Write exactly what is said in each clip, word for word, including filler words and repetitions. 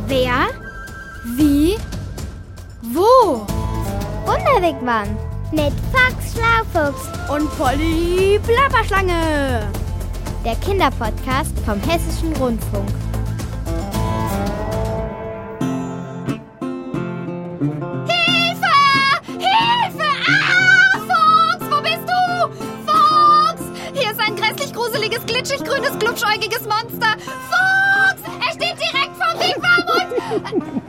Wer? Wie? Wo? Wunderwigwam mit Fox Schlaufuchs und Polly Plapperschlange. Der Kinderpodcast vom Hessischen Rundfunk. Hilfe! Hilfe! Ah! Fox, wo bist du? Fox! Hier ist ein grässlich gruseliges, glitschig grünes, glubschäugiges Monster. Fox! Er steht direkt vor Wigwam und...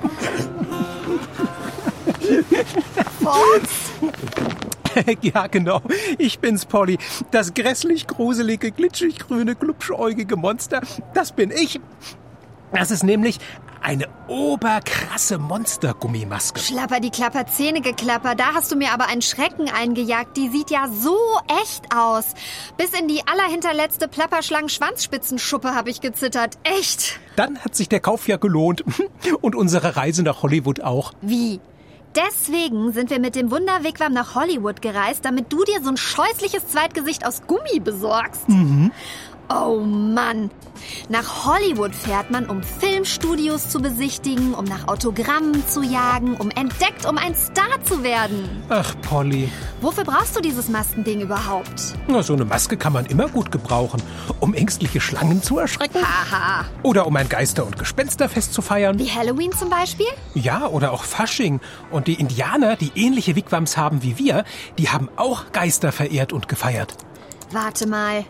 Fox? Ja, genau. Ich bin's, Polly. Das grässlich, gruselige, glitschig, grüne, glubschäugige Monster, das bin ich. Das ist nämlich eine oberkrasse Monstergummimaske. Schlapper, die Klapper, Zähne geklapper. Da hast du mir aber einen Schrecken eingejagt. Die sieht ja so echt aus. Bis in die allerhinterletzte Plapperschlangen-Schwanzspitzenschuppe habe ich gezittert. Echt. Dann hat sich der Kauf ja gelohnt. Und unsere Reise nach Hollywood auch. Wie? Deswegen sind wir mit dem Wunderwigwam nach Hollywood gereist, damit du dir so ein scheußliches Zweitgesicht aus Gummi besorgst. Mhm. Oh Mann. Nach Hollywood fährt man, um Filmstudios zu besichtigen, um nach Autogrammen zu jagen, um entdeckt, um ein Star zu werden. Ach, Polly. Wofür brauchst du dieses Maskending überhaupt? Na, so eine Maske kann man immer gut gebrauchen. Um ängstliche Schlangen zu erschrecken. Haha. Oder um ein Geister- und Gespensterfest zu feiern. Wie Halloween zum Beispiel? Ja, oder auch Fasching. Und die Indianer, die ähnliche Wigwams haben wie wir, die haben auch Geister verehrt und gefeiert. Warte mal.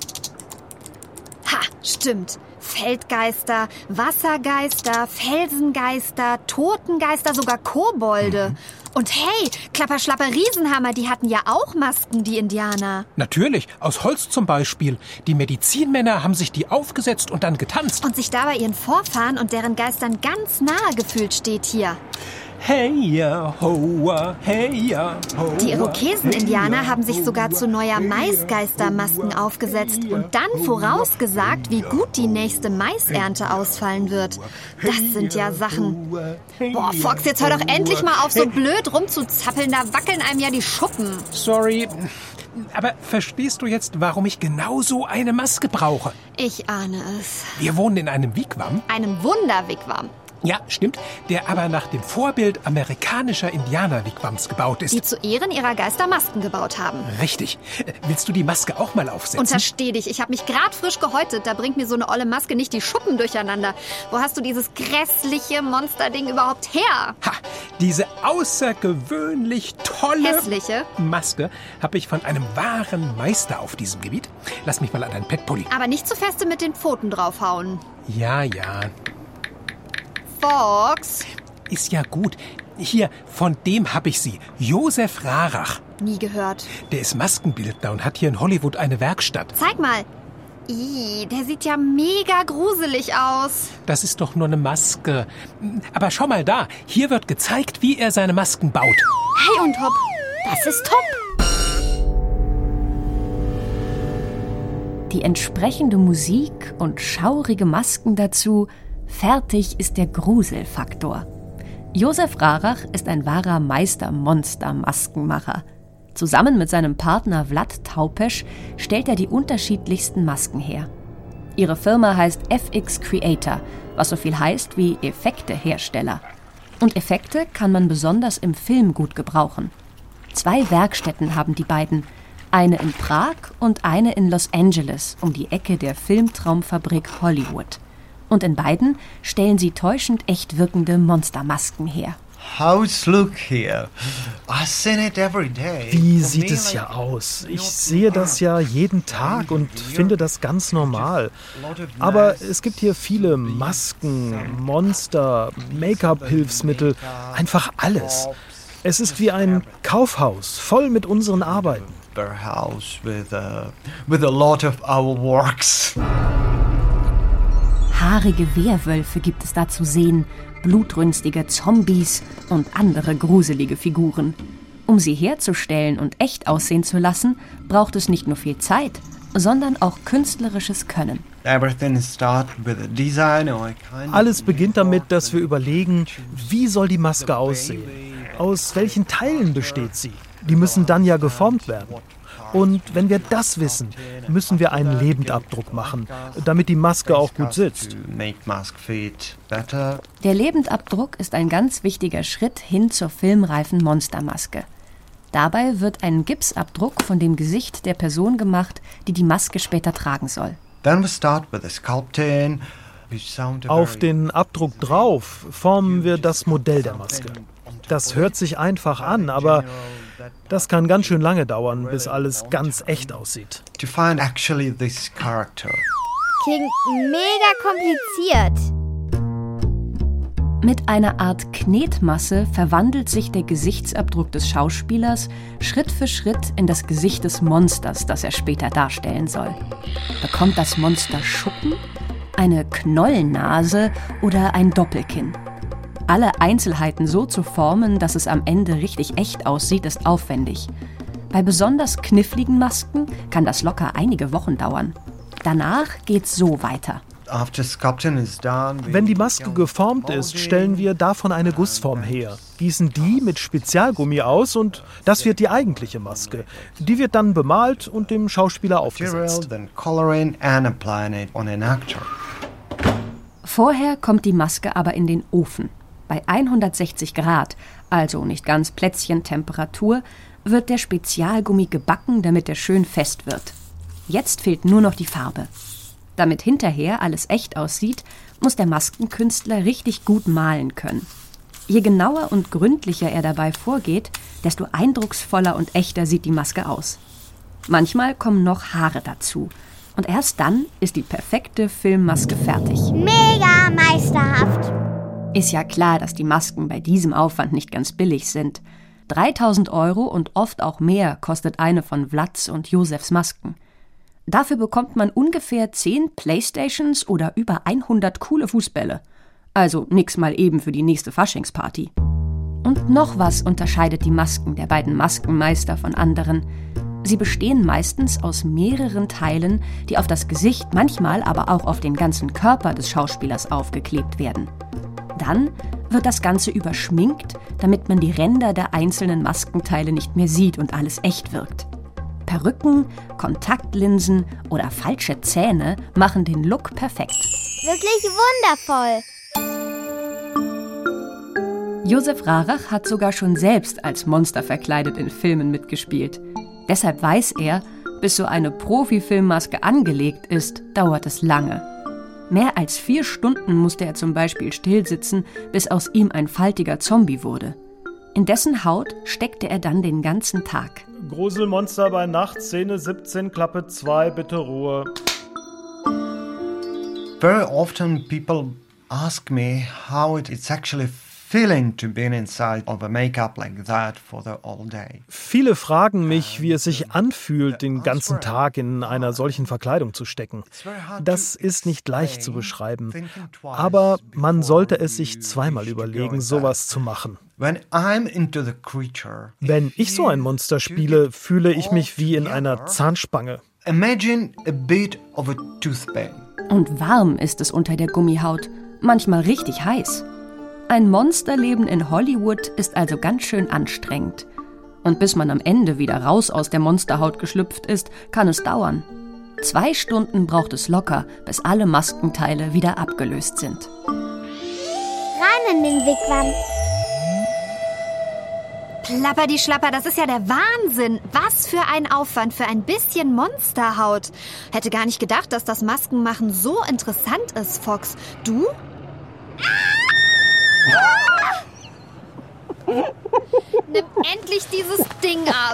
Ha, stimmt. Feldgeister, Wassergeister, Felsengeister, Totengeister, sogar Kobolde. Mhm. Und hey, Klapperschlapper Riesenhammer, die hatten ja auch Masken, die Indianer. Natürlich, aus Holz zum Beispiel. Die Medizinmänner haben sich die aufgesetzt und dann getanzt. Und sich dabei ihren Vorfahren und deren Geistern ganz nahe gefühlt, steht hier. Hey ya, hoa, hey ya, hoa. Die Irokesen-Indianer haben sich sogar zu neuer Maisgeistermasken aufgesetzt und dann vorausgesagt, wie gut die nächste Maisernte ausfallen wird. Das sind ja Sachen. Boah, Fox, jetzt hör doch endlich mal auf, so blöd rumzuzappeln. Da wackeln einem ja die Schuppen. Sorry, aber verstehst du jetzt, warum ich genau so eine Maske brauche? Ich ahne es. Wir wohnen in einem Wigwam. Einem Wunderwigwam. Ja, stimmt, der aber nach dem Vorbild amerikanischer Indianer-Wigwams gebaut ist. Die zu Ehren ihrer Geister Masken gebaut haben. Richtig. Willst du die Maske auch mal aufsetzen? Untersteh dich, ich habe mich gerade frisch gehäutet. Da bringt mir so eine olle Maske nicht die Schuppen durcheinander. Wo hast du dieses grässliche Monsterding überhaupt her? Ha, diese außergewöhnlich tolle Hässliche Maske habe ich von einem wahren Meister auf diesem Gebiet. Lass mich mal an dein Pet, Polly. Aber nicht zu feste mit den Pfoten draufhauen. Ja, ja. Fox. Ist ja gut. Hier, von dem habe ich sie. Josef Rarach. Nie gehört. Der ist Maskenbildner und hat hier in Hollywood eine Werkstatt. Zeig mal. Ih, der sieht ja mega gruselig aus. Das ist doch nur eine Maske. Aber schau mal da. Hier wird gezeigt, wie er seine Masken baut. Hey und hopp. Das ist top. Die entsprechende Musik und schaurige Masken dazu. Fertig ist der Gruselfaktor. Josef Rarach ist ein wahrer Meister-Monster-Maskenmacher. Zusammen mit seinem Partner Vlad Taupesch stellt er die unterschiedlichsten Masken her. Ihre Firma heißt F X Creator, was so viel heißt wie Effektehersteller. Und Effekte kann man besonders im Film gut gebrauchen. Zwei Werkstätten haben die beiden, eine in Prag und eine in Los Angeles, um die Ecke der Filmtraumfabrik Hollywood. Und in beiden stellen sie täuschend echt wirkende Monstermasken her. How's look here? I seen it every day. Wie sieht es ja aus? Ich sehe das ja jeden Tag und finde das ganz normal. Aber es gibt hier viele Masken, Monster, Make-up-Hilfsmittel, einfach alles. Es ist wie ein Kaufhaus, voll mit unseren Arbeiten. House with a, with a lot of our works. Haarige Werwölfe gibt es da zu sehen, blutrünstige Zombies und andere gruselige Figuren. Um sie herzustellen und echt aussehen zu lassen, braucht es nicht nur viel Zeit, sondern auch künstlerisches Können. Alles beginnt damit, dass wir überlegen, wie soll die Maske aussehen? Aus welchen Teilen besteht sie? Die müssen dann ja geformt werden. Und wenn wir das wissen, müssen wir einen Lebendabdruck machen, damit die Maske auch gut sitzt. Der Lebendabdruck ist ein ganz wichtiger Schritt hin zur filmreifen Monstermaske. Dabei wird ein Gipsabdruck von dem Gesicht der Person gemacht, die die Maske später tragen soll. Auf den Abdruck drauf formen wir das Modell der Maske. Das hört sich einfach an, aber das kann ganz schön lange dauern, bis alles ganz echt aussieht. Klingt mega kompliziert. Mit einer Art Knetmasse verwandelt sich der Gesichtsabdruck des Schauspielers Schritt für Schritt in das Gesicht des Monsters, das er später darstellen soll. Bekommt das Monster Schuppen, eine Knollennase oder ein Doppelkinn? Alle Einzelheiten so zu formen, dass es am Ende richtig echt aussieht, ist aufwendig. Bei besonders kniffligen Masken kann das locker einige Wochen dauern. Danach geht's so weiter. Wenn die Maske geformt ist, stellen wir davon eine Gussform her, gießen die mit Spezialgummi aus und das wird die eigentliche Maske. Die wird dann bemalt und dem Schauspieler aufgesetzt. Vorher kommt die Maske aber in den Ofen. Bei hundertsechzig Grad, also nicht ganz Plätzchentemperatur, wird der Spezialgummi gebacken, damit er schön fest wird. Jetzt fehlt nur noch die Farbe. Damit hinterher alles echt aussieht, muss der Maskenkünstler richtig gut malen können. Je genauer und gründlicher er dabei vorgeht, desto eindrucksvoller und echter sieht die Maske aus. Manchmal kommen noch Haare dazu. Und erst dann ist die perfekte Filmmaske fertig. Mega meisterhaft! Ist ja klar, dass die Masken bei diesem Aufwand nicht ganz billig sind. dreitausend Euro und oft auch mehr kostet eine von Vlads und Josefs Masken. Dafür bekommt man ungefähr zehn Playstations oder über hundert coole Fußbälle. Also nix mal eben für die nächste Faschingsparty. Und noch was unterscheidet die Masken der beiden Maskenmeister von anderen. Sie bestehen meistens aus mehreren Teilen, die auf das Gesicht, manchmal aber auch auf den ganzen Körper des Schauspielers aufgeklebt werden. Dann wird das Ganze überschminkt, damit man die Ränder der einzelnen Maskenteile nicht mehr sieht und alles echt wirkt. Perücken, Kontaktlinsen oder falsche Zähne machen den Look perfekt. Wirklich wundervoll. Josef Rarach hat sogar schon selbst als Monster verkleidet in Filmen mitgespielt. Deshalb weiß er, bis so eine Profi-Filmmaske angelegt ist, dauert es lange. Mehr als vier Stunden musste er zum Beispiel stillsitzen, bis aus ihm ein faltiger Zombie wurde. In dessen Haut steckte er dann den ganzen Tag. Gruselmonster bei Nacht, Szene siebzehn, Klappe zwei, bitte Ruhe. Very often people ask me how it's actually feeling to be inside of a makeup like that for the all day. Viele fragen mich, wie es sich anfühlt, den ganzen Tag in einer solchen Verkleidung zu stecken. Das ist nicht leicht zu beschreiben, aber man sollte es sich zweimal überlegen, sowas zu machen. Wenn ich so ein Monster spiele, fühle ich mich wie in einer Zahnspange. Imagine a bit of a toothpick. Und warm ist es unter der Gummihaut, manchmal richtig heiß. Ein Monsterleben in Hollywood ist also ganz schön anstrengend. Und bis man am Ende wieder raus aus der Monsterhaut geschlüpft ist, kann es dauern. Zwei Stunden braucht es locker, bis alle Maskenteile wieder abgelöst sind. Rein in den Wigwam. Plapper die Schlapper, das ist ja der Wahnsinn. Was für ein Aufwand für ein bisschen Monsterhaut. Hätte gar nicht gedacht, dass das Maskenmachen so interessant ist, Fox. Du? Nimm endlich dieses Ding ab.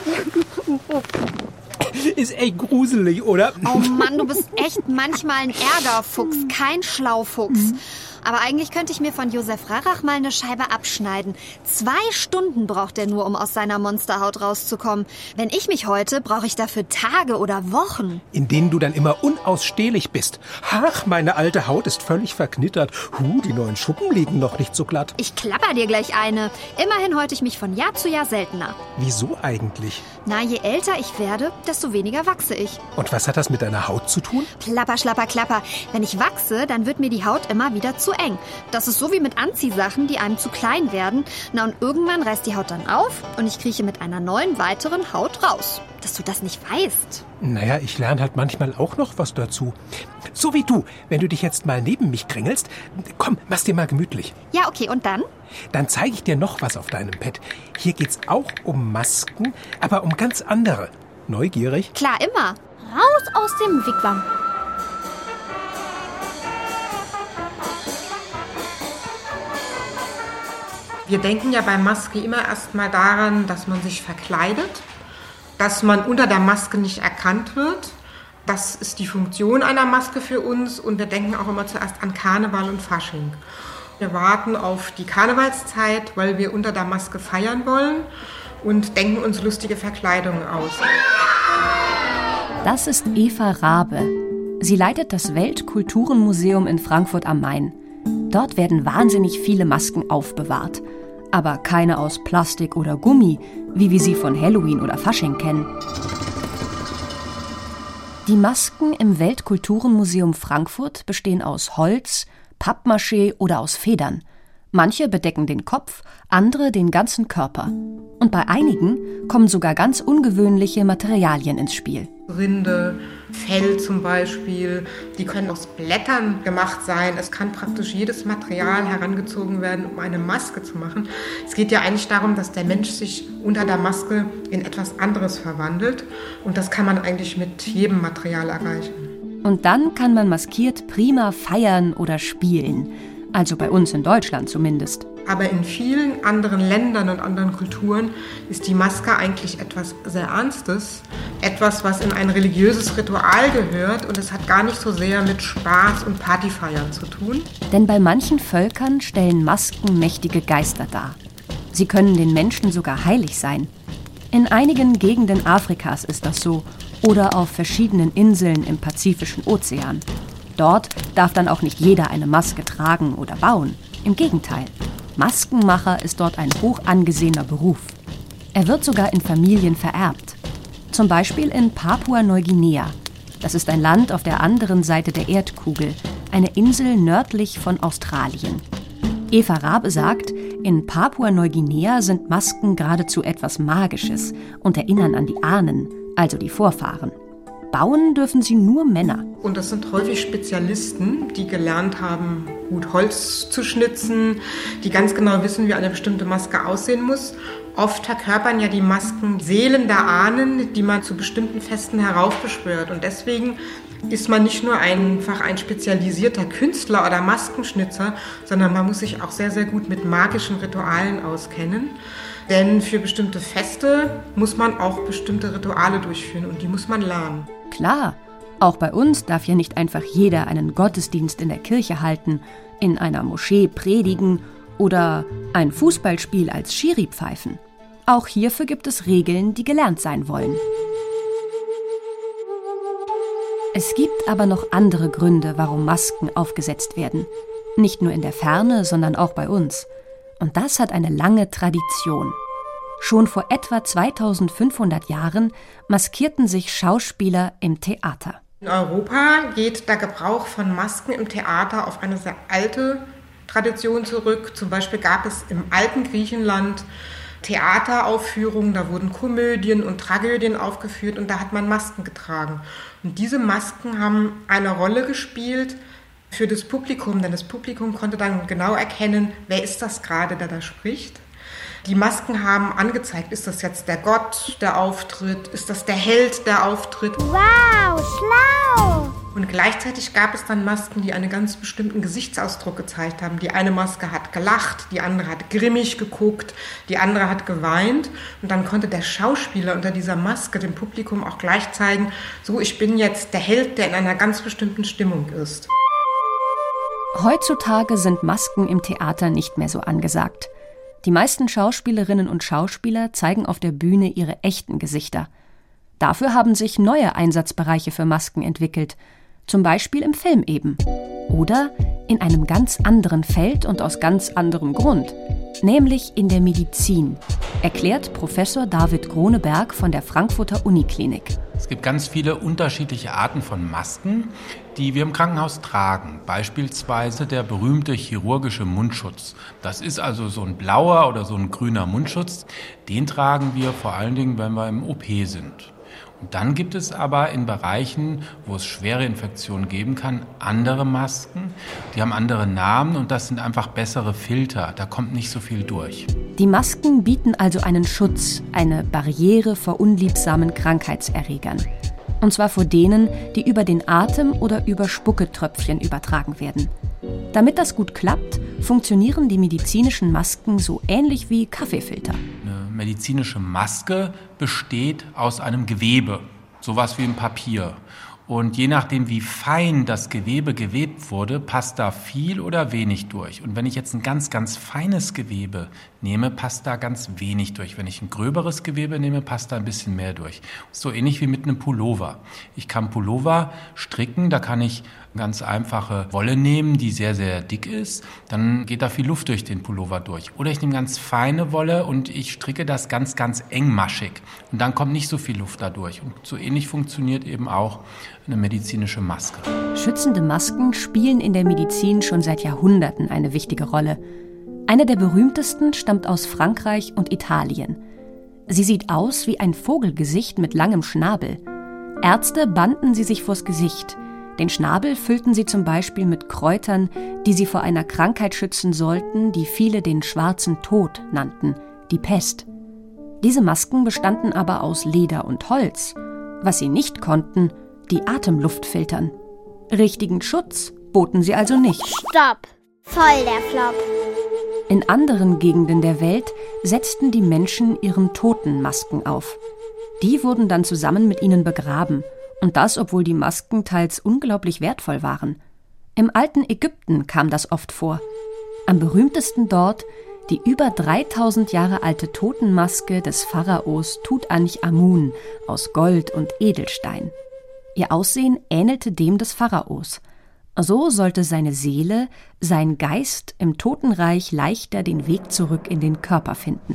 Ist echt gruselig, oder? Oh Mann, du bist echt manchmal ein Ärgerfuchs, kein Schlaufuchs. Aber eigentlich könnte ich mir von Josef Rarach mal eine Scheibe abschneiden. Zwei Stunden braucht er nur, um aus seiner Monsterhaut rauszukommen. Wenn ich mich häute, brauche ich dafür Tage oder Wochen. In denen du dann immer unausstehlich bist. Ach, meine alte Haut ist völlig verknittert. Huh, die neuen Schuppen liegen noch nicht so glatt. Ich klapper dir gleich eine. Immerhin häute ich mich von Jahr zu Jahr seltener. Wieso eigentlich? Na, je älter ich werde, desto weniger wachse ich. Und was hat das mit deiner Haut zu tun? Plapper, schlapper, klapper. Wenn ich wachse, dann wird mir die Haut immer wieder zu zu eng. Das ist so wie mit Anziehsachen, die einem zu klein werden. Na und irgendwann reißt die Haut dann auf und ich krieche mit einer neuen, weiteren Haut raus. Dass du das nicht weißt. Naja, ich lerne halt manchmal auch noch was dazu. So wie du, wenn du dich jetzt mal neben mich kringelst. Komm, mach's dir mal gemütlich. Ja, okay, und dann? Dann zeige ich dir noch was auf deinem Pad. Hier geht's auch um Masken, aber um ganz andere. Neugierig? Klar, immer. Raus aus dem Wigwam. Wir denken ja bei Maske immer erstmal daran, dass man sich verkleidet, dass man unter der Maske nicht erkannt wird. Das ist die Funktion einer Maske für uns und wir denken auch immer zuerst an Karneval und Fasching. Wir warten auf die Karnevalszeit, weil wir unter der Maske feiern wollen und denken uns lustige Verkleidungen aus. Das ist Eva Raabe. Sie leitet das Weltkulturenmuseum in Frankfurt am Main. Dort werden wahnsinnig viele Masken aufbewahrt. Aber keine aus Plastik oder Gummi, wie wir sie von Halloween oder Fasching kennen. Die Masken im Weltkulturenmuseum Frankfurt bestehen aus Holz, Pappmaché oder aus Federn. Manche bedecken den Kopf, andere den ganzen Körper. Und bei einigen kommen sogar ganz ungewöhnliche Materialien ins Spiel. Rinde, Fell zum Beispiel, die können aus Blättern gemacht sein. Es kann praktisch jedes Material herangezogen werden, um eine Maske zu machen. Es geht ja eigentlich darum, dass der Mensch sich unter der Maske in etwas anderes verwandelt. Und das kann man eigentlich mit jedem Material erreichen. Und dann kann man maskiert prima feiern oder spielen. Also bei uns in Deutschland zumindest. Aber in vielen anderen Ländern und anderen Kulturen ist die Maske eigentlich etwas sehr Ernstes. Etwas, was in ein religiöses Ritual gehört und es hat gar nicht so sehr mit Spaß und Partyfeiern zu tun. Denn bei manchen Völkern stellen Masken mächtige Geister dar. Sie können den Menschen sogar heilig sein. In einigen Gegenden Afrikas ist das so oder auf verschiedenen Inseln im Pazifischen Ozean. Dort darf dann auch nicht jeder eine Maske tragen oder bauen. Im Gegenteil, Maskenmacher ist dort ein hoch angesehener Beruf. Er wird sogar in Familien vererbt. Zum Beispiel in Papua-Neuguinea. Das ist ein Land auf der anderen Seite der Erdkugel, eine Insel nördlich von Australien. Eva Raabe sagt, in Papua-Neuguinea sind Masken geradezu etwas Magisches und erinnern an die Ahnen, also die Vorfahren. Bauen dürfen sie nur Männer. Und das sind häufig Spezialisten, die gelernt haben, gut Holz zu schnitzen, die ganz genau wissen, wie eine bestimmte Maske aussehen muss. Oft verkörpern ja die Masken Seelen der Ahnen, die man zu bestimmten Festen heraufbeschwört. Und deswegen ist man nicht nur einfach ein spezialisierter Künstler oder Maskenschnitzer, sondern man muss sich auch sehr, sehr gut mit magischen Ritualen auskennen. Denn für bestimmte Feste muss man auch bestimmte Rituale durchführen und die muss man lernen. Klar, auch bei uns darf ja nicht einfach jeder einen Gottesdienst in der Kirche halten, in einer Moschee predigen oder ein Fußballspiel als Schiri pfeifen. Auch hierfür gibt es Regeln, die gelernt sein wollen. Es gibt aber noch andere Gründe, warum Masken aufgesetzt werden. Nicht nur in der Ferne, sondern auch bei uns. Und das hat eine lange Tradition. Schon vor etwa zweitausendfünfhundert Jahren maskierten sich Schauspieler im Theater. In Europa geht der Gebrauch von Masken im Theater auf eine sehr alte Tradition zurück. Zum Beispiel gab es im alten Griechenland Theateraufführungen, da wurden Komödien und Tragödien aufgeführt und da hat man Masken getragen. Und diese Masken haben eine Rolle gespielt für das Publikum, denn das Publikum konnte dann genau erkennen, wer ist das gerade, der da spricht. Die Masken haben angezeigt, ist das jetzt der Gott, der auftritt, ist das der Held, der auftritt. Wow, schlau! Und gleichzeitig gab es dann Masken, die einen ganz bestimmten Gesichtsausdruck gezeigt haben. Die eine Maske hat gelacht, die andere hat grimmig geguckt, die andere hat geweint. Und dann konnte der Schauspieler unter dieser Maske dem Publikum auch gleich zeigen, so, ich bin jetzt der Held, der in einer ganz bestimmten Stimmung ist. Heutzutage sind Masken im Theater nicht mehr so angesagt. Die meisten Schauspielerinnen und Schauspieler zeigen auf der Bühne ihre echten Gesichter. Dafür haben sich neue Einsatzbereiche für Masken entwickelt. Zum Beispiel im Film eben. Oder in einem ganz anderen Feld und aus ganz anderem Grund. Nämlich in der Medizin, erklärt Professor David Groneberg von der Frankfurter Uniklinik. Es gibt ganz viele unterschiedliche Arten von Masken, die wir im Krankenhaus tragen. Beispielsweise der berühmte chirurgische Mundschutz. Das ist also so ein blauer oder so ein grüner Mundschutz. Den tragen wir vor allen Dingen, wenn wir im O P sind. Und dann gibt es aber in Bereichen, wo es schwere Infektionen geben kann, andere Masken. Die haben andere Namen und das sind einfach bessere Filter. Da kommt nicht so viel durch. Die Masken bieten also einen Schutz, eine Barriere vor unliebsamen Krankheitserregern. Und zwar vor denen, die über den Atem oder über Spucketröpfchen übertragen werden. Damit das gut klappt, funktionieren die medizinischen Masken so ähnlich wie Kaffeefilter. Eine medizinische Maske besteht aus einem Gewebe, sowas wie ein Papier. Und je nachdem, wie fein das Gewebe gewebt wurde, passt da viel oder wenig durch. Und wenn ich jetzt ein ganz, ganz feines Gewebe nehme, passt da ganz wenig durch. Wenn ich ein gröberes Gewebe nehme, passt da ein bisschen mehr durch. So ähnlich wie mit einem Pullover. Ich kann Pullover stricken, da kann ich ganz einfache Wolle nehmen, die sehr, sehr dick ist. Dann geht da viel Luft durch den Pullover durch. Oder ich nehme ganz feine Wolle und ich stricke das ganz, ganz engmaschig. Und dann kommt nicht so viel Luft da durch. Und so ähnlich funktioniert eben auch eine medizinische Maske. Schützende Masken spielen in der Medizin schon seit Jahrhunderten eine wichtige Rolle. Eine der berühmtesten stammt aus Frankreich und Italien. Sie sieht aus wie ein Vogelgesicht mit langem Schnabel. Ärzte banden sie sich vors Gesicht. Den Schnabel füllten sie zum Beispiel mit Kräutern, die sie vor einer Krankheit schützen sollten, die viele den schwarzen Tod nannten, die Pest. Diese Masken bestanden aber aus Leder und Holz. Was sie nicht konnten, die Atemluft filtern. Richtigen Schutz boten sie also nicht. Stopp! Voll der Flop. In anderen Gegenden der Welt setzten die Menschen ihren Toten Masken auf. Die wurden dann zusammen mit ihnen begraben. Und das, obwohl die Masken teils unglaublich wertvoll waren. Im alten Ägypten kam das oft vor. Am berühmtesten dort die über dreitausend Jahre alte Totenmaske des Pharaos Tutanchamun aus Gold und Edelstein. Ihr Aussehen ähnelte dem des Pharaos. So sollte seine Seele, sein Geist im Totenreich leichter den Weg zurück in den Körper finden.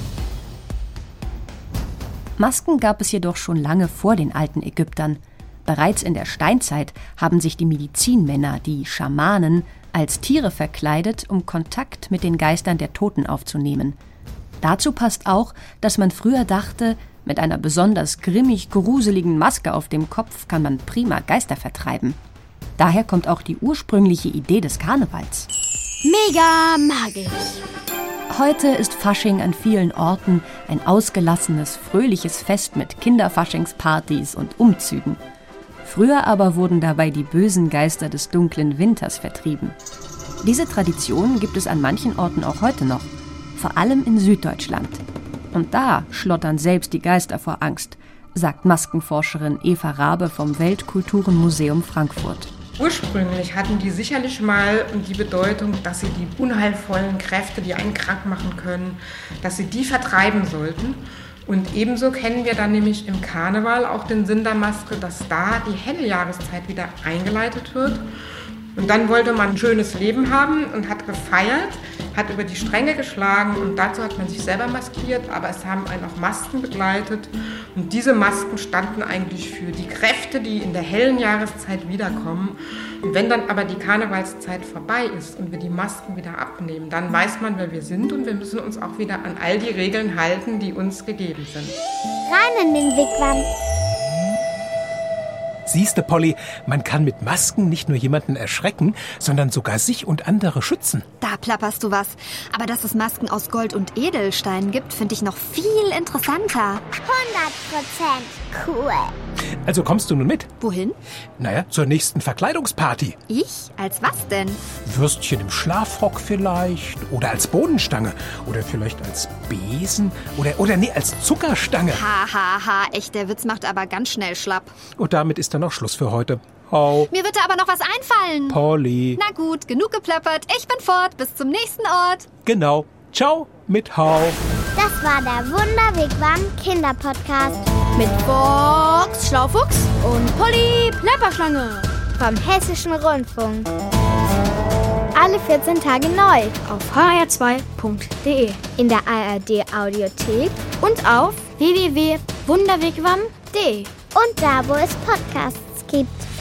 Masken gab es jedoch schon lange vor den alten Ägyptern. Bereits in der Steinzeit haben sich die Medizinmänner, die Schamanen, als Tiere verkleidet, um Kontakt mit den Geistern der Toten aufzunehmen. Dazu passt auch, dass man früher dachte, mit einer besonders grimmig gruseligen Maske auf dem Kopf kann man prima Geister vertreiben. Daher kommt auch die ursprüngliche Idee des Karnevals. Mega magisch. Heute ist Fasching an vielen Orten ein ausgelassenes, fröhliches Fest mit Kinderfaschingspartys und Umzügen. Früher aber wurden dabei die bösen Geister des dunklen Winters vertrieben. Diese Tradition gibt es an manchen Orten auch heute noch, vor allem in Süddeutschland. Und da schlottern selbst die Geister vor Angst, sagt Maskenforscherin Eva Rabe vom Weltkulturenmuseum Frankfurt. Ursprünglich hatten die sicherlich mal die Bedeutung, dass sie die unheilvollen Kräfte, die einen krank machen können, dass sie die vertreiben sollten. Und ebenso kennen wir dann nämlich im Karneval auch den Sinn der Maske, dass da die helle Jahreszeit wieder eingeleitet wird. Und dann wollte man ein schönes Leben haben und hat gefeiert, hat über die Stränge geschlagen und dazu hat man sich selber maskiert, aber es haben einen auch Masken begleitet. Und diese Masken standen eigentlich für die Kräfte, die in der hellen Jahreszeit wiederkommen. Und wenn dann aber die Karnevalszeit vorbei ist und wir die Masken wieder abnehmen, dann weiß man, wer wir sind und wir müssen uns auch wieder an all die Regeln halten, die uns gegeben sind. Rein in den Wigwam. Siehste, Polly, man kann mit Masken nicht nur jemanden erschrecken, sondern sogar sich und andere schützen. Da plapperst du was. Aber dass es Masken aus Gold und Edelstein gibt, finde ich noch viel interessanter. hundert Prozent cool. Also kommst du nun mit? Wohin? Naja, zur nächsten Verkleidungsparty. Ich? Als was denn? Würstchen im Schlafrock vielleicht. Oder als Bodenstange. Oder vielleicht als Besen. Oder, oder nee, als Zuckerstange. Ha, ha, ha. Echt, der Witz macht aber ganz schnell schlapp. Und damit ist dann auch Schluss für heute. Hau. Mir wird da aber noch was einfallen. Polly. Na gut, genug geplappert. Ich bin fort. Bis zum nächsten Ort. Genau. Ciao mit Hau. Das war der Wunderwigwam Kinderpodcast. Mit Box Schlaufuchs und Polly Plapperschlange. vom Hessischen Rundfunk. Alle vierzehn Tage neu auf h r zwei punkt d e, in der A R D Audiothek und auf w w w punkt wunderwegwam punkt d e und da, wo es Podcasts gibt.